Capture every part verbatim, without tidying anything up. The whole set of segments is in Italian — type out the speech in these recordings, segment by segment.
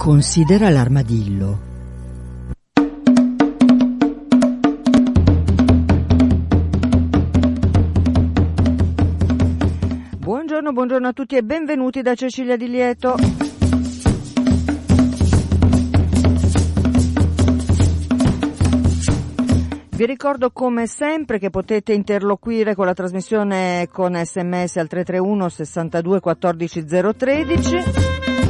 Considera l'armadillo. Buongiorno, buongiorno a tutti e benvenuti da Cecilia Di Lieto. Vi ricordo come sempre che potete interloquire con la trasmissione con sms al tre tre uno sessantadue quattordici zero tredici.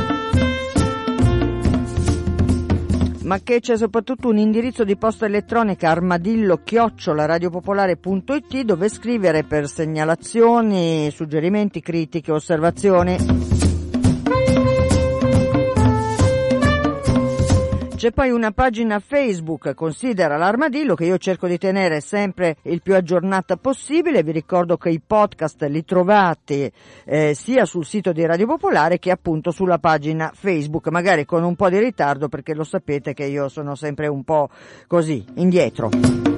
Ma che c'è soprattutto un indirizzo di posta elettronica armadillo chiocciola radiopopolare punto it dove scrivere per segnalazioni, suggerimenti, critiche, osservazioni. C'è poi una pagina Facebook, Considera l'armadillo, che io cerco di tenere sempre il più aggiornata possibile. Vi ricordo che i podcast li trovate eh, sia sul sito di Radio Popolare che appunto sulla pagina Facebook, magari con un po' di ritardo perché lo sapete che io sono sempre un po' così, indietro.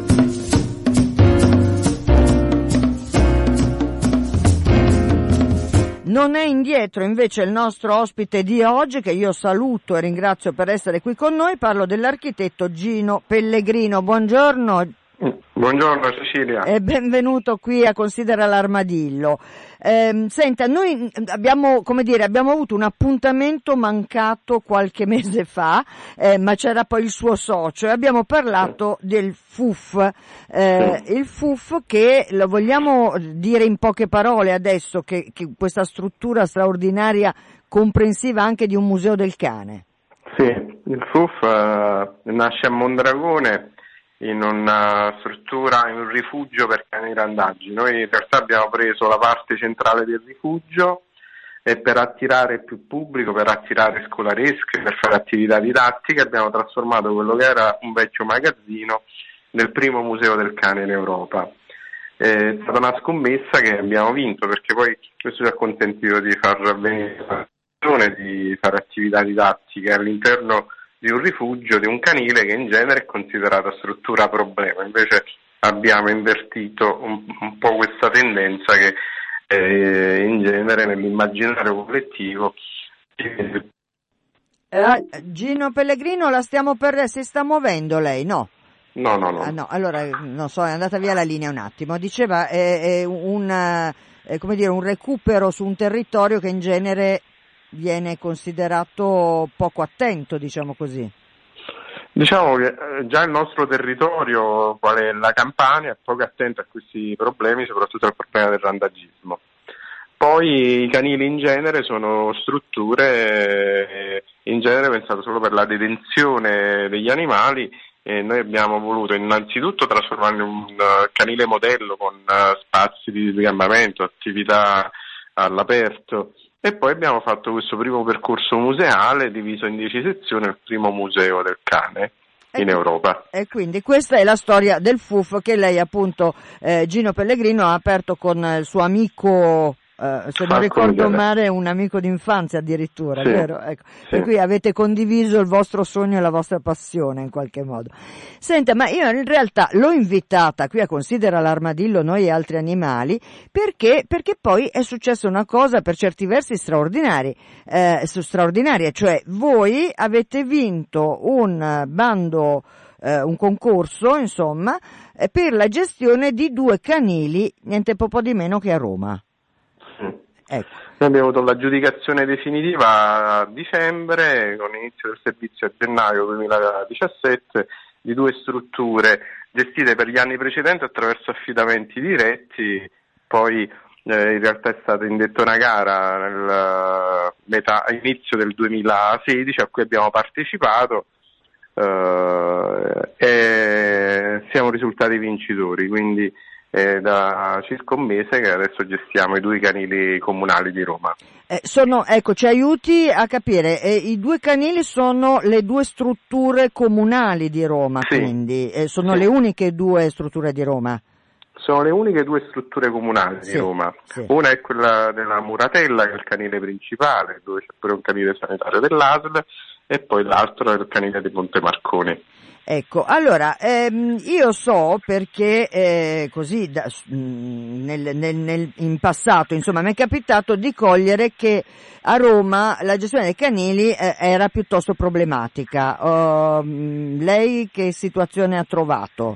Non è indietro invece il nostro ospite di oggi, che io saluto e ringrazio per essere qui con noi. Parlo dell'architetto Gino Pellegrino. Buongiorno. Buongiorno Cecilia. E benvenuto qui a Considera l'armadillo. Eh, senta, noi abbiamo, come dire, abbiamo avuto un appuntamento mancato qualche mese fa, eh, ma c'era poi il suo socio e abbiamo parlato sì. del F U F. Eh, sì. Il F U F, che lo vogliamo dire in poche parole adesso, che, che questa struttura straordinaria comprensiva anche di un museo del cane. Sì, il F U F uh, nasce a Mondragone in una struttura, in un rifugio per cani randaggi. Noi in realtà abbiamo preso la parte centrale del rifugio e per attirare più pubblico, per attirare scolaresche, per fare attività didattiche, abbiamo trasformato quello che era un vecchio magazzino nel primo museo del cane in Europa. È stata una scommessa che abbiamo vinto, perché poi questo ci ha consentito di far venire di fare attività didattiche all'interno di un rifugio, di un canile che in genere è considerata struttura problema. Invece abbiamo invertito un, un po' questa tendenza che eh, in genere nell'immaginario collettivo. Eh, Gino Pellegrino, la stiamo per si sta muovendo lei, no? No, no, no. Ah, no, allora non so, è andata via la linea un attimo. Diceva è, è un è, come dire, un recupero su un territorio che in genere viene considerato poco attento, diciamo così. Diciamo che già il nostro territorio, quale è la Campania, è poco attento a questi problemi, soprattutto al problema del randagismo. Poi i canili in genere sono strutture in genere pensate solo per la detenzione degli animali, e noi abbiamo voluto innanzitutto trasformarlo in un canile modello con spazi di sgambamento, attività all'aperto. E poi abbiamo fatto questo primo percorso museale diviso in dieci sezioni, il primo museo del cane in e, Europa. E quindi questa è la storia del F U F che lei appunto, eh, Gino Pellegrino, ha aperto con il suo amico, eh, se non ricordo male, un amico d'infanzia addirittura, sì, vero? Ecco. Sì. Per cui avete condiviso il vostro sogno e la vostra passione in qualche modo. Senta, ma io in realtà l'ho invitata qui a Considera l'armadillo, noi e altri animali, perché perché poi è successa una cosa per certi versi straordinari, eh, straordinaria, cioè voi avete vinto un bando, eh, un concorso, insomma, eh, per la gestione di due canili, niente po' di meno che a Roma. Ecco. Noi abbiamo avuto l'aggiudicazione definitiva a dicembre, con inizio del servizio a gennaio duemiladiciassette, di due strutture gestite per gli anni precedenti attraverso affidamenti diretti. Poi eh, in realtà è stata indetta una gara nel metà, inizio del duemilasedici a cui abbiamo partecipato eh, e siamo risultati vincitori, quindi è da circa un mese che adesso gestiamo i due canili comunali di Roma. Eh, sono, ecco, ci aiuti a capire, eh, i due canili sono le due strutture comunali di Roma, sì, quindi eh, sono sì. le uniche due strutture di Roma? Sono le uniche due strutture comunali sì, di Roma. Sì. Una è quella della Muratella, che è il canile principale, dove c'è pure un canile sanitario dell'A S L, e poi l'altro è il canile di Ponte Marconi. Ecco, allora, ehm, io so perché eh, così da, mh, nel, nel, nel, in passato, insomma, mi è capitato di cogliere che a Roma la gestione dei canili eh, era piuttosto problematica. Uh, lei che situazione ha trovato?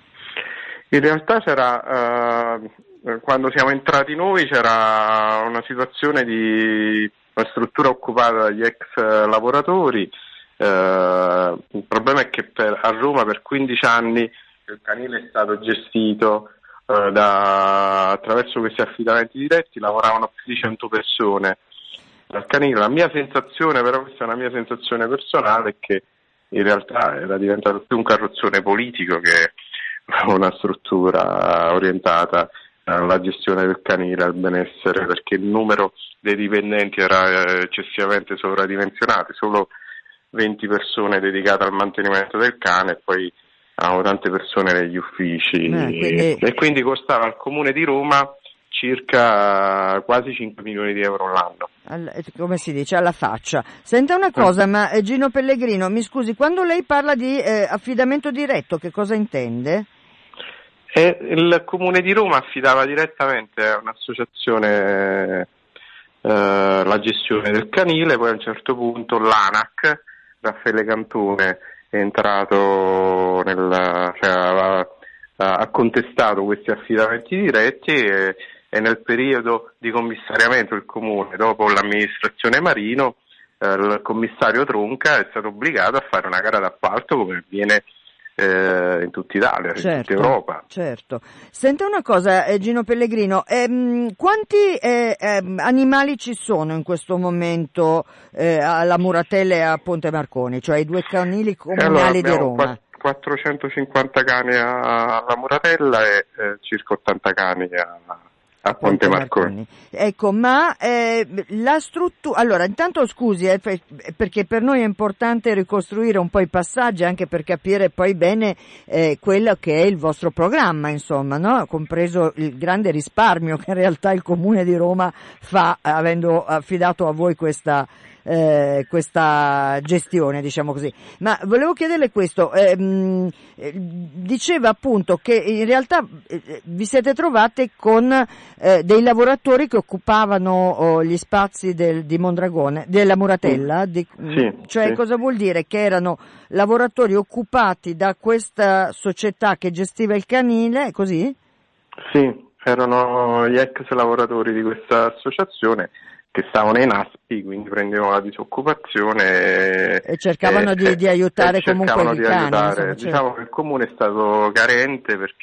In realtà c'era, uh, quando siamo entrati noi, c'era una situazione di una struttura occupata dagli ex lavoratori. Uh, il problema è che per, a Roma per quindici anni il canile è stato gestito uh, da, attraverso questi affidamenti diretti, lavoravano più di cento persone al canile. La mia sensazione, però questa è una mia sensazione personale, è che in realtà era diventato più un carrozzone politico che una struttura orientata alla gestione del canile, al benessere, perché il numero dei dipendenti era eccessivamente sovradimensionato, solo venti persone dedicate al mantenimento del cane e poi avevamo tante persone negli uffici eh, quindi... e quindi costava al Comune di Roma circa quasi cinque milioni di euro l'anno. All, come si dice, alla faccia. Senta una cosa, mm. ma eh, Gino Pellegrino, mi scusi, quando lei parla di eh, affidamento diretto, che cosa intende? E il Comune di Roma affidava direttamente a un'associazione eh, la gestione del canile, poi a un certo punto l'ANAC, Raffaele Cantone, è entrato nel, cioè, ha, ha contestato questi affidamenti diretti e, e nel periodo di commissariamento del Comune, dopo l'amministrazione Marino, eh, il commissario Tronca è stato obbligato a fare una gara d'appalto come avviene Eh, in tutta Italia, certo, in tutta Europa. Certo. Senta una cosa, eh, Gino Pellegrino, ehm, quanti eh, ehm, animali ci sono in questo momento eh, alla Muratella e a Ponte Marconi, cioè i due canili comunali allora, di Roma? quattrocentocinquanta cani alla Muratella e eh, circa ottanta cani a a Ponte, Ponte Marconi. Marconi. Ecco, ma eh, la struttura, allora intanto scusi eh, perché per noi è importante ricostruire un po' i passaggi anche per capire poi bene eh, quello che è il vostro programma, insomma, no? Compreso il grande risparmio che in realtà il Comune di Roma fa avendo affidato a voi questa Eh, questa gestione, diciamo così. Ma volevo chiederle questo, eh, mh, diceva appunto che in realtà eh, vi siete trovate con eh, dei lavoratori che occupavano oh, gli spazi del, di Mondragone, della Muratella, di, sì, cioè sì. Cosa vuol dire? Che erano lavoratori occupati da questa società che gestiva il canile, così? Sì, erano gli ex lavoratori di questa associazione che stavano in A S P I, quindi prendevano la disoccupazione e, e cercavano e, di, di aiutare e comunque i di cani. Aiutare. Insomma, diciamo certo. che il Comune è stato carente perché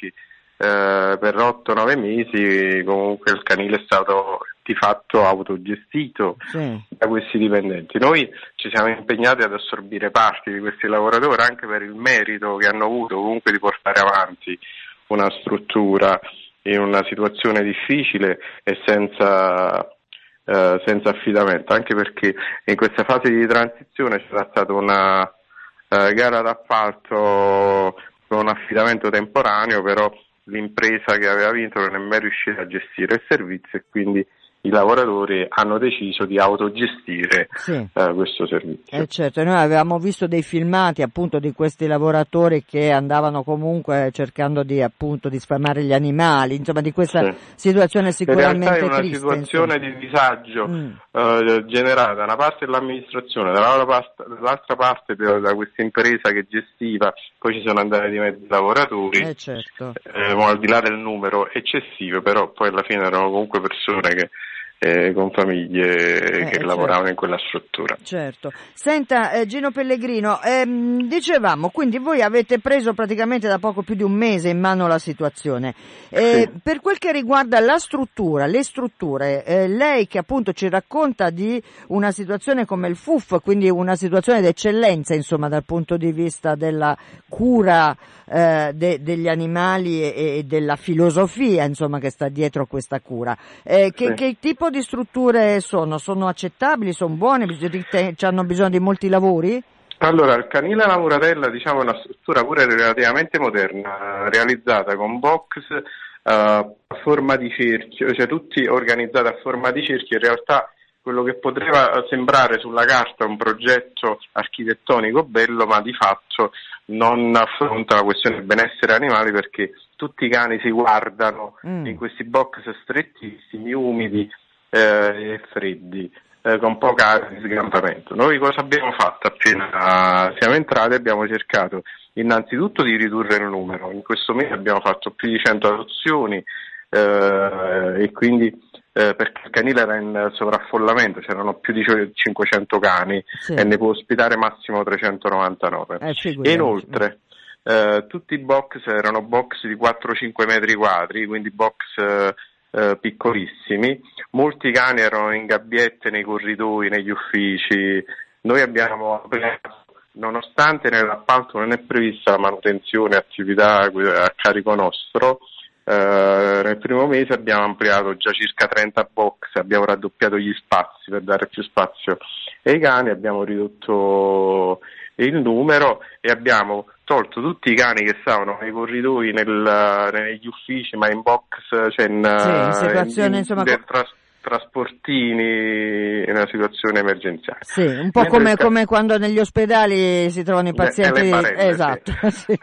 eh, per otto nove mesi comunque il canile è stato di fatto autogestito sì. da questi dipendenti. Noi ci siamo impegnati ad assorbire parti di questi lavoratori anche per il merito che hanno avuto comunque di portare avanti una struttura in una situazione difficile e senza Uh, senza affidamento, anche perché in questa fase di transizione c'era stata una uh, gara d'appalto con un affidamento temporaneo, però l'impresa che aveva vinto non è mai riuscita a gestire il servizio e quindi i lavoratori hanno deciso di autogestire sì. uh, questo servizio. Eh certo, noi avevamo visto dei filmati appunto di questi lavoratori che andavano comunque cercando di appunto di sfamare gli animali, insomma di questa sì. situazione sicuramente triste. In realtà è una triste, situazione insomma. di disagio mm. uh, generata da una parte dall'amministrazione, dall'altra parte, dall'altra parte da, da questa impresa che gestiva, poi ci sono andati di mezzo i lavoratori, eh certo. eh, al di là del numero eccessivo, però poi alla fine erano comunque persone che Eh, con famiglie eh, che certo. lavoravano in quella struttura. Certo. Senta eh, Gino Pellegrino, ehm, dicevamo, quindi voi avete preso praticamente da poco più di un mese in mano la situazione. Eh, sì. Per quel che riguarda la struttura, le strutture, eh, lei che appunto ci racconta di una situazione come il F U F, quindi una situazione d'eccellenza, insomma, dal punto di vista della cura eh, de- degli animali e-, e della filosofia, insomma, che sta dietro questa cura. Eh, che, sì. che tipo di strutture sono? Sono accettabili? Sono buone? Hanno bisogno di molti lavori? Allora, il canile alla Muratella, diciamo, è una struttura pure relativamente moderna, realizzata con box uh, a forma di cerchio, cioè tutti organizzati a forma di cerchio. In realtà quello che poteva sembrare sulla carta un progetto architettonico bello, ma di fatto non affronta la questione del benessere animale, perché tutti i cani si guardano mm. in questi box strettissimi, umidi eh, e freddi, eh, con poca area di sgampamento. Noi cosa abbiamo fatto appena siamo entrati? Abbiamo cercato innanzitutto di ridurre il numero. In questo mese abbiamo fatto più di cento adozioni eh, e quindi eh, perché il canile era in sovraffollamento, c'erano più di cinquecento cani sì. e ne può ospitare massimo trecentonovantanove. Eh, e inoltre eh, tutti i box erano box di quattro cinque metri quadri, quindi box eh, eh, piccolissimi. Molti cani erano in gabbiette nei corridoi, negli uffici. Noi abbiamo aperto, nonostante nell'appalto non è prevista la manutenzione e attività a carico nostro, eh, nel primo mese abbiamo ampliato già circa trenta box, abbiamo raddoppiato gli spazi per dare più spazio ai cani, abbiamo ridotto il numero e abbiamo tolto tutti i cani che stavano nei corridoi, nel, negli uffici, ma in box, cioè in, sì, in situazione, in, insomma, in, tras- trasportini in una situazione emergenziale. Sì, un po' come, ca- come quando negli ospedali si trovano i pazienti. Barelle, esatto. Sì.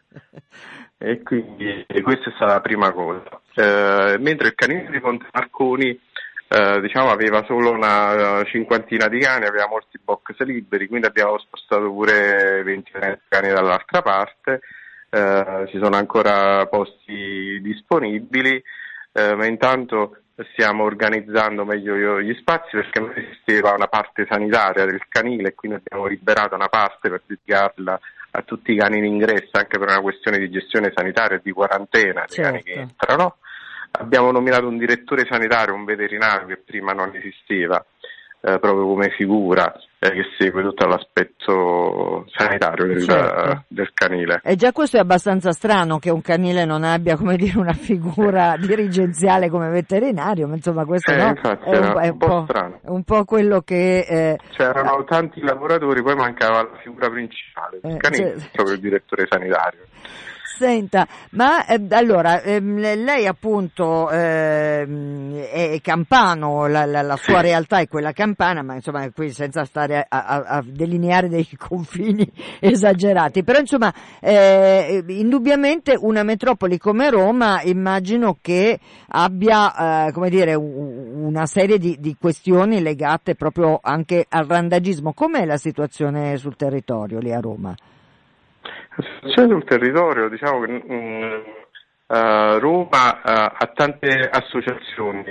E quindi e questa è stata la prima cosa. Eh, mentre il canile di Ponte Marconi eh, diciamo aveva solo una cinquantina di cani, aveva molti box liberi, quindi abbiamo spostato pure venti cani dall'altra parte. Eh, ci sono ancora posti disponibili, eh, ma intanto stiamo organizzando meglio gli spazi, perché non esisteva una parte sanitaria del canile e quindi abbiamo liberato una parte per dedicarla a tutti i cani in ingresso, anche per una questione di gestione sanitaria e di quarantena dei certo. cani che entrano. Abbiamo nominato un direttore sanitario, un veterinario che prima non esisteva, eh, proprio come figura eh, che segue tutto l'aspetto sanitario del, certo. del canile. E già questo è abbastanza strano, che un canile non abbia, come dire, una figura dirigenziale come veterinario, ma insomma questo eh, no, infatti, è, un, è, un po', po', strano. È un po' quello che... Eh, C'erano eh, tanti lavoratori, poi mancava la figura principale del eh, canile, cioè, proprio il direttore sanitario. Senta, ma eh, allora ehm, lei appunto ehm, è campano, la, la, la sua sì. realtà è quella campana, ma insomma qui senza stare a, a, a delineare dei confini esagerati, però insomma eh, indubbiamente una metropoli come Roma immagino che abbia eh, come dire un, una serie di, di questioni legate proprio anche al randagismo. Com'è la situazione sul territorio lì a Roma? C'è sul territorio, diciamo che um, uh, Roma uh, ha tante associazioni,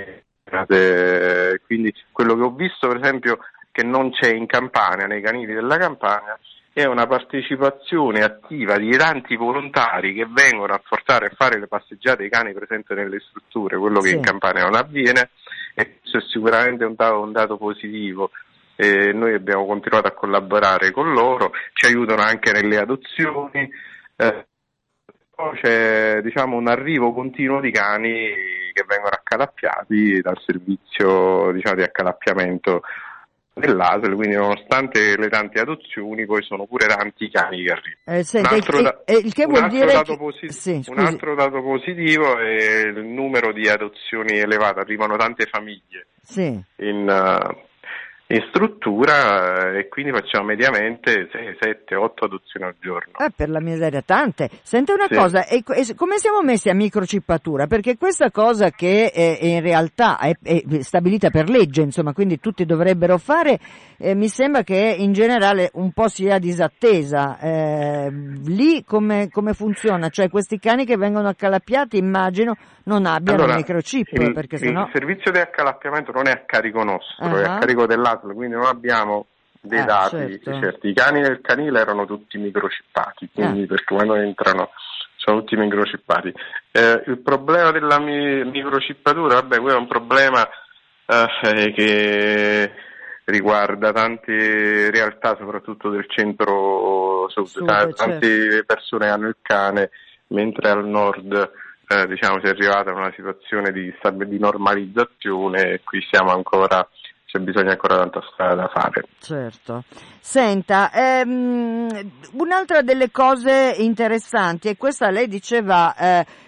eh, quindi quello che ho visto per esempio che non c'è in Campania, nei canili della Campania, è una partecipazione attiva di tanti volontari che vengono a portare a fare le passeggiate ai cani presenti nelle strutture, quello che sì. in Campania non avviene, e questo è sicuramente un dato, un dato positivo. E noi abbiamo continuato a collaborare con loro, ci aiutano anche nelle adozioni, eh, poi c'è diciamo un arrivo continuo di cani che vengono accalappiati dal servizio diciamo di accalappiamento dell'A S L, quindi nonostante le tante adozioni poi sono pure tanti cani che arrivano. Eh, senta, un altro, e, da, il che un vuol altro dire dato che... posit- sì, un altro dato positivo è il numero di adozioni elevato, arrivano tante famiglie sì. in uh, in struttura e quindi facciamo mediamente sei, sette, otto adozioni al giorno. Eh, per la miseria, tante. Senta una sì. cosa, e, e, come siamo messi a microchippatura? Perché questa cosa che eh, in realtà è, è stabilita per legge, insomma, quindi tutti dovrebbero fare, eh, mi sembra che in generale un po' sia disattesa. Eh, lì come, come funziona? Cioè questi cani che vengono accalappiati immagino non abbiano allora, microchip, il, perché il sennò... servizio di accalappiamento non è a carico nostro, uh-huh. è a carico dell'A S L, quindi non abbiamo dei eh, dati certo. certi. I cani del canile erano tutti microchippati, quindi eh. perché quando entrano sono tutti microchippati. Eh, il problema della mi- microchippatura, vabbè, quello è un problema eh, che riguarda tante realtà, soprattutto del centro sud, Sud, tante certo. persone hanno il cane, mentre al nord Eh, diciamo si è arrivata a una situazione di, di normalizzazione e qui siamo ancora, c'è bisogno ancora tanta strada da fare. Certo. Senta, ehm, un'altra delle cose interessanti, e questa lei diceva, eh,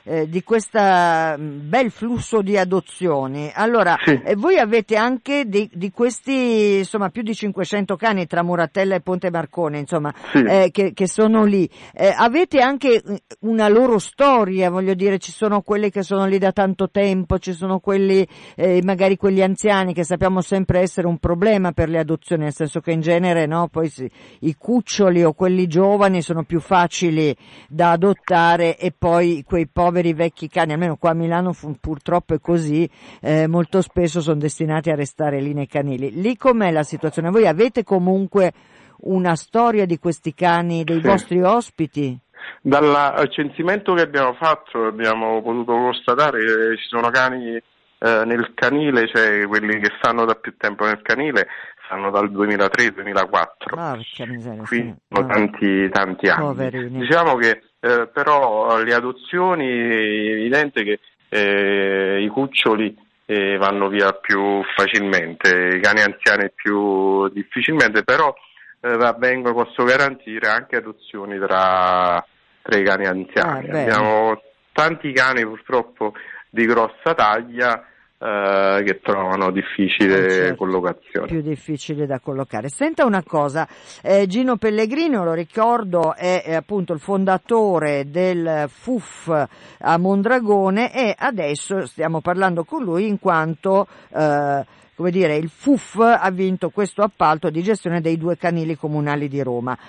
eh, di questo bel flusso di adozioni. Allora, sì. eh, voi avete anche di, di questi, insomma, più di cinquecento cani tra Muratella e Ponte Marcone, insomma, sì. eh, che, che sono lì. Eh, avete anche una loro storia, voglio dire, ci sono quelli che sono lì da tanto tempo, ci sono quelli, eh, magari quelli anziani, che sappiamo sempre essere un problema per le adozioni, nel senso che in genere, no, poi si, i cuccioli o quelli giovani sono più facili da adottare, e poi quei poveri vecchi cani, almeno qua a Milano fu, purtroppo è così, eh, molto spesso sono destinati a restare lì nei canili. Lì com'è la situazione? Voi avete comunque una storia di questi cani, dei sì. vostri ospiti? Dal censimento che abbiamo fatto abbiamo potuto constatare che ci sono cani eh, nel canile, cioè quelli che stanno da più tempo nel canile, stanno dal duemilatré duemilaquattro, Ah, che miseria, quindi sì. sono Ah, tanti, tanti anni. poverini. Diciamo che eh, però le adozioni è evidente che eh, i cuccioli eh, vanno via più facilmente, i cani anziani più difficilmente, però eh, avvengono, posso garantire, anche adozioni tra, tra i cani anziani. Ah, abbiamo tanti cani purtroppo di grossa taglia eh, che trovano difficile Eh, certo, collocazione. più difficile da collocare. Senta una cosa, eh, Gino Pellegrino, lo ricordo, è, è appunto il fondatore del F U F a Mondragone, e adesso stiamo parlando con lui in quanto eh, come dire, il F U F ha vinto questo appalto di gestione dei due canili comunali di Roma.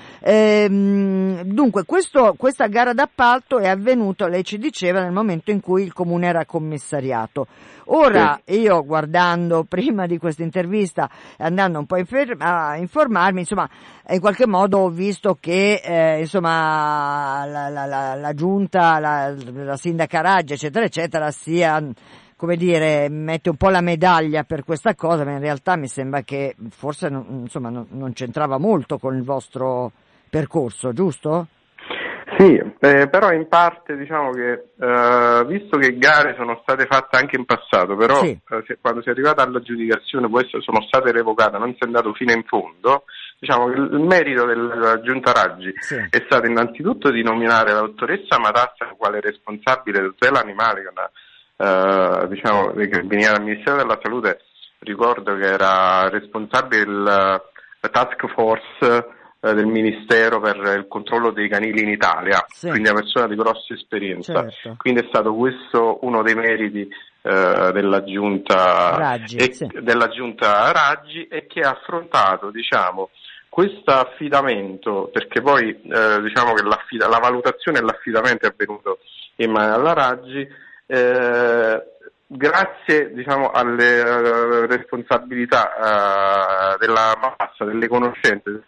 Ehm, dunque, questo, questa gara d'appalto è avvenuta, lei ci diceva, nel momento in cui il comune era commissariato. Ora, sì. Io guardando prima di questa intervista, andando un po' a informarmi, insomma, in qualche modo ho visto che, eh, insomma, la, la, la, la giunta, la, la sindaca Raggi, eccetera, eccetera, sia, come dire, mette un po' la medaglia per questa cosa, ma in realtà mi sembra che forse non, insomma, non, non c'entrava molto con il vostro percorso, giusto? Sì, eh, però in parte diciamo che, eh, visto che gare sono state fatte anche in passato, però sì. eh, se, quando si è arrivata all'aggiudicazione poi sono state revocate, non si è andato fino in fondo, diciamo che il merito della Giunta Raggi sì. è stato innanzitutto di nominare la dottoressa Matassa quale responsabile del tutela animale, che una Uh, diciamo che veniva dal Ministero della Salute. Ricordo che era responsabile del uh, task force uh, del Ministero per il controllo dei canili in Italia, sì. Quindi una persona di grossa esperienza, certo. Quindi è stato questo uno dei meriti uh, della giunta Raggi, e, sì. della giunta Raggi, e che ha affrontato, diciamo, questo affidamento, perché poi uh, diciamo che la valutazione e l'affidamento è avvenuto in mano alla Raggi. Eh, grazie, diciamo, alle uh, responsabilità uh, della massa, delle conoscenze.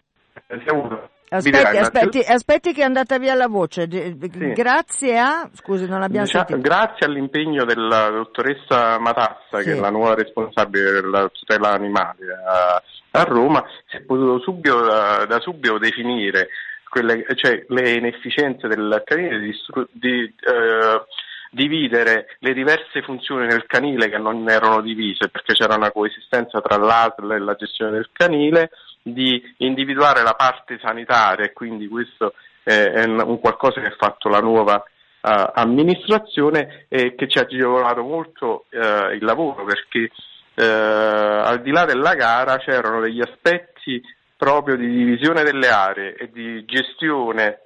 Aspetti, aspetti, aspetti che è andata via la voce. Sì. Grazie a, scusi, non l'abbiamo diciamo, sentito. Grazie all'impegno della dottoressa Matassa, sì. Che è la nuova responsabile della tutela animale a, a Roma, si è potuto subito, da, da subito definire quelle, cioè, le inefficienze del canile, di, di eh, dividere le diverse funzioni nel canile che non erano divise, perché c'era una coesistenza tra l'A S L e la gestione del canile, di individuare la parte sanitaria, e quindi questo è un qualcosa che ha fatto la nuova uh, amministrazione, e che ci ha agevolato molto uh, il lavoro, perché uh, al di là della gara c'erano degli aspetti proprio di divisione delle aree e di gestione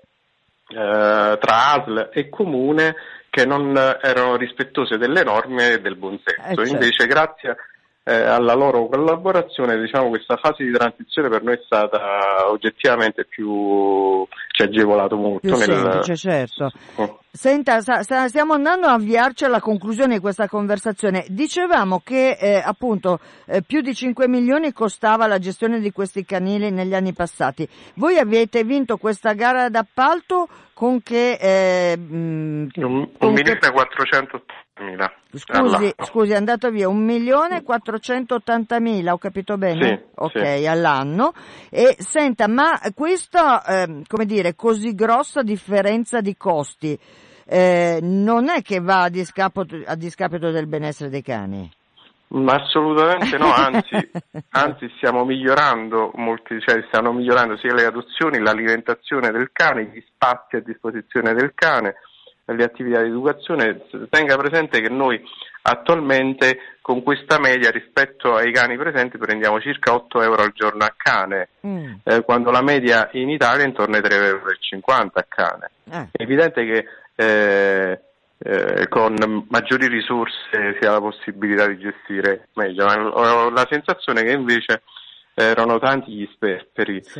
uh, tra A S L e comune che non erano rispettose delle norme e del buonsenso. Eh, certo. Invece, grazie eh, alla loro collaborazione, diciamo, questa fase di transizione per noi è stata oggettivamente più, ci ha agevolato molto. Più nel... semplice, certo. Oh. Senta, sa, sa, stiamo andando a avviarci alla conclusione di questa conversazione. Dicevamo che eh, appunto eh, più di cinque milioni costava la gestione di questi canili negli anni passati. Voi avete vinto questa gara d'appalto con che eh, mh, un, un milione e quattrocentottantamila. Scusi, scusi, è andato via un milione e quattrocentottantamila, ho capito bene? Sì, ok, sì. All'anno. E senta, ma questa, eh, come dire, così grossa differenza di costi eh, non è che va a discapito, a discapito del benessere dei cani? Ma assolutamente no, anzi, anzi stiamo migliorando molti, cioè stanno migliorando sia le adozioni, l'alimentazione del cane, gli spazi a disposizione del cane. le attività di educazione, tenga presente che noi attualmente con questa media rispetto ai cani presenti prendiamo circa otto euro al giorno a cane, mm. eh, quando la media in Italia è intorno ai tre euro e cinquanta a cane. Eh. È evidente che eh, eh, con maggiori risorse si ha la possibilità di gestire meglio, ma ho la sensazione che invece erano tanti gli sperperi, sì.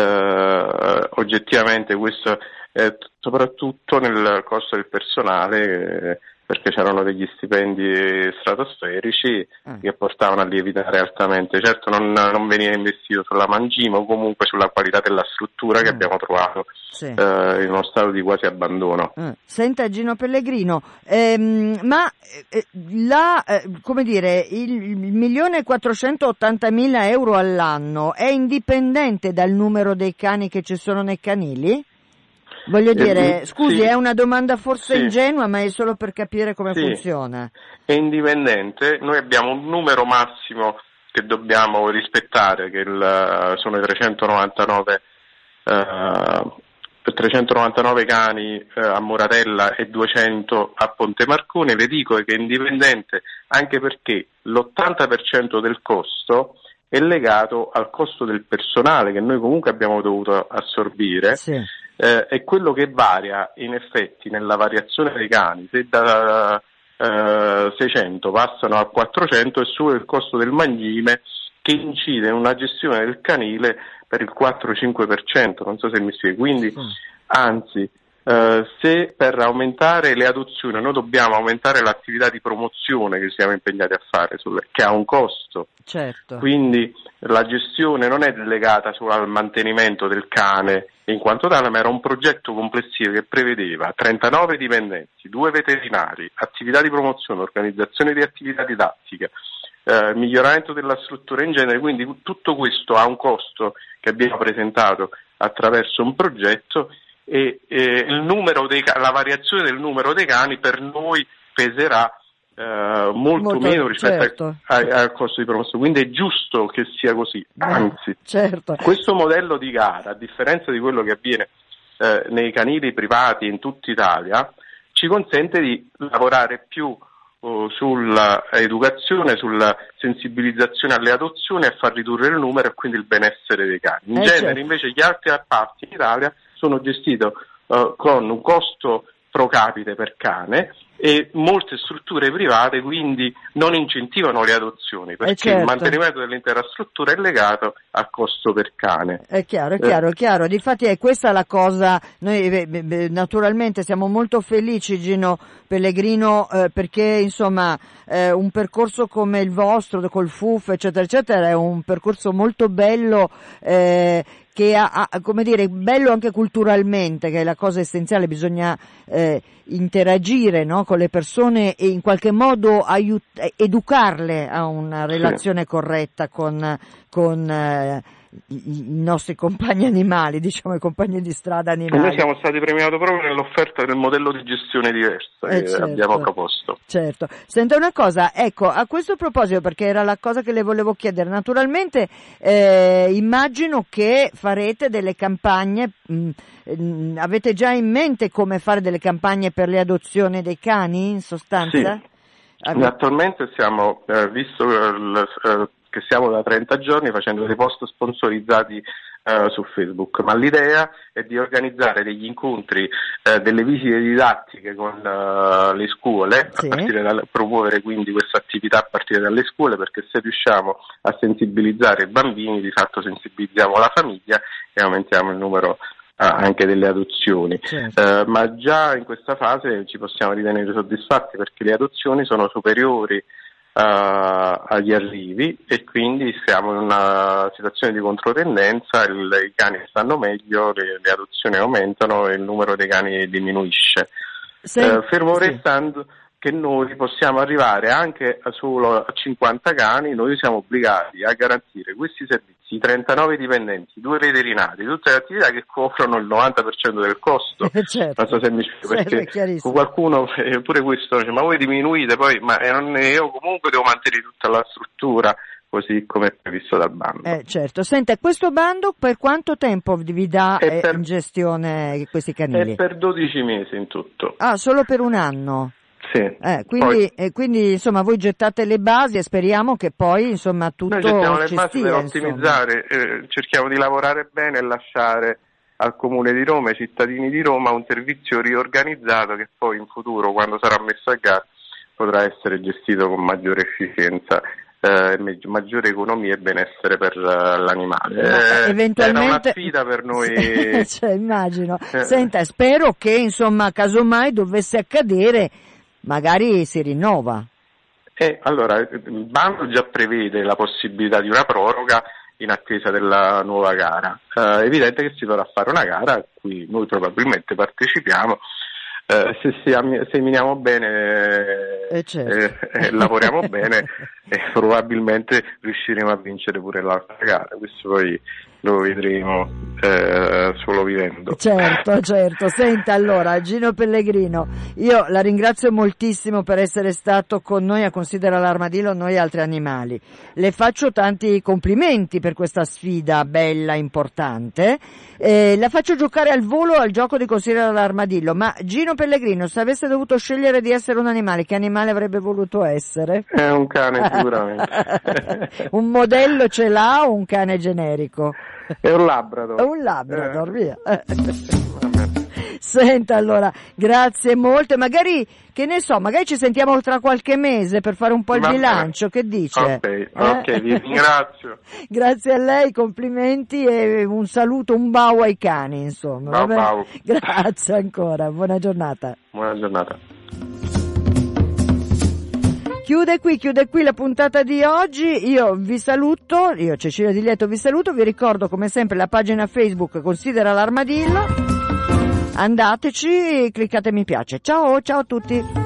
eh, oggettivamente questo eh, soprattutto nel costo del personale, eh, perché c'erano degli stipendi stratosferici mm. che portavano a lievitare altamente. Certo non, non veniva investito sulla mangime o comunque sulla qualità della struttura che mm. abbiamo trovato sì. eh, in uno stato di quasi abbandono. Mm. Senta Gino Pellegrino, ehm, ma eh, la, eh, come dire, il, il milione e quattrocentottantamila euro all'anno è indipendente dal numero dei cani che ci sono nei canili? Voglio dire, eh, scusi, sì. è una domanda forse sì. ingenua, ma è solo per capire come sì. funziona. È indipendente, noi abbiamo un numero massimo che dobbiamo rispettare, che il, sono i trecentonovantanove, eh, trecentonovantanove cani eh, a Moratella e duecento a Ponte Marcone. Le dico che è indipendente anche perché l'ottanta per cento del costo è legato al costo del personale che noi comunque abbiamo dovuto assorbire. Sì. Eh, è quello che varia in effetti nella variazione dei cani, se da eh, seicento passano a quattrocento è solo il costo del mangime che incide in una gestione del canile per il quattro cinque per cento, non so se mi spiego, quindi sì. anzi eh, se per aumentare le adozioni noi dobbiamo aumentare l'attività di promozione che siamo impegnati a fare, sul, che ha un costo, certo. quindi la gestione non è legata solo al mantenimento del cane in quanto tale, ma era un progetto complessivo che prevedeva trentanove dipendenti, due veterinari, attività di promozione, organizzazione di attività didattica, eh, miglioramento della struttura in genere, quindi tutto questo ha un costo che abbiamo presentato attraverso un progetto e eh, il numero dei, la variazione del numero dei cani per noi peserà Uh, molto, molto meno rispetto certo. al, al costo di promozione, quindi è giusto che sia così, anzi certo. questo modello di gara, a differenza di quello che avviene eh, nei canili privati in tutta Italia, ci consente di lavorare più uh, sulla educazione, sulla sensibilizzazione alle adozioni e far ridurre il numero e quindi il benessere dei cani. In eh genere certo. invece gli altri appalti in Italia sono gestiti uh, con un costo pro capite per cane e molte strutture private quindi non incentivano le adozioni perché certo. il mantenimento dell'intera struttura è legato al costo per cane. È chiaro, è chiaro, eh. è chiaro. Difatti è questa la cosa, noi eh, naturalmente siamo molto felici Gino Pellegrino eh, perché insomma eh, un percorso come il vostro col F U F eccetera eccetera è un percorso molto bello eh, che ha, ha, come dire, bello anche culturalmente, che è la cosa essenziale, bisogna eh, interagire, no, con le persone e in qualche modo aiut- educarle a una relazione sì. corretta con, con eh, i, i nostri compagni animali, diciamo i compagni di strada animali. E noi siamo stati premiati proprio nell'offerta del modello di gestione diversa eh che certo, abbiamo proposto. Certo. Senta una cosa, ecco, a questo proposito, perché era la cosa che le volevo chiedere, naturalmente eh, immagino che farete delle campagne, mh, mh, avete già in mente come fare delle campagne per le adozioni dei cani, in sostanza? Sì. Ave- Attualmente siamo, eh, visto il, eh, che siamo da trenta giorni facendo dei post sponsorizzati uh, su Facebook, ma l'idea è di organizzare degli incontri, uh, delle visite didattiche con uh, le scuole, sì. a partire da, promuovere quindi questa attività a partire dalle scuole, perché se riusciamo a sensibilizzare i bambini di fatto sensibilizziamo la famiglia e aumentiamo il numero Uh, anche delle adozioni, certo. uh, ma già in questa fase ci possiamo ritenere soddisfatti perché le adozioni sono superiori uh, agli arrivi e quindi siamo in una situazione di controtendenza, il, i cani stanno meglio, le, le adozioni aumentano e il numero dei cani diminuisce. Sì, uh, fermo sì. restando che noi possiamo arrivare anche a solo a cinquanta cani, noi siamo obbligati a garantire questi servizi, trentanove dipendenti, due veterinari, tutte le attività che coprono il novanta per cento del costo. Certo. Non so se mi spiego, perché qualcuno, eh, pure questo, dice, ma voi diminuite poi, ma eh, non, io comunque devo mantenere tutta la struttura, così come è previsto dal bando. Eh, certo. Senta, questo bando per quanto tempo vi dà eh, per, in gestione questi canili? È per dodici mesi in tutto. Ah, solo per un anno? Sì. Eh, quindi, poi, eh, quindi insomma voi gettate le basi e speriamo che poi insomma tutto noi gettiamo le ci basi stia, per ottimizzare, eh, cerchiamo di lavorare bene e lasciare al Comune di Roma, ai cittadini di Roma, un servizio riorganizzato che poi in futuro, quando sarà messo a gara, potrà essere gestito con maggiore efficienza, eh, maggiore economia e benessere per uh, l'animale. Eh, eventualmente... Era una sfida per noi. Cioè, immagino. Senta, spero che insomma casomai dovesse accadere, magari si rinnova. Eh, allora, il bando già prevede la possibilità di una proroga in attesa della nuova gara. Eh, è evidente che si dovrà fare una gara a cui noi probabilmente partecipiamo. Eh, se seminiamo bene eh certo. eh, eh, lavoriamo bene e probabilmente riusciremo a vincere pure l'altra gara. Questo poi lo vedremo eh, solo vivendo. Certo, certo. Senta, allora, Gino Pellegrino, io la ringrazio moltissimo per essere stato con noi a Considera l'Armadillo, noi e altri animali. Le faccio tanti complimenti per questa sfida bella, importante. Eh, la faccio giocare al volo al gioco di Considera l'Armadillo, ma Gino Pellegrino, se avesse dovuto scegliere di essere un animale, che animale avrebbe voluto essere? È un cane sicuramente. Un modello ce l'ha o un cane generico? È un Labrador. È un Labrador, eh. via. Senta, allora, grazie molte. Magari, che ne so, magari ci sentiamo tra qualche mese per fare un po' il Va bilancio. Bene. Che dice? Ok, eh? ok, vi ringrazio. Grazie a lei, complimenti e un saluto, un bau ai cani, insomma. Bau, bau. Grazie ancora, buona giornata. Buona giornata. Chiude qui, chiude qui la puntata di oggi, io vi saluto, io Cecilia Di Lieto vi saluto, vi ricordo come sempre la pagina Facebook Considera l'Armadillo, andateci, cliccate mi piace, ciao, ciao a tutti.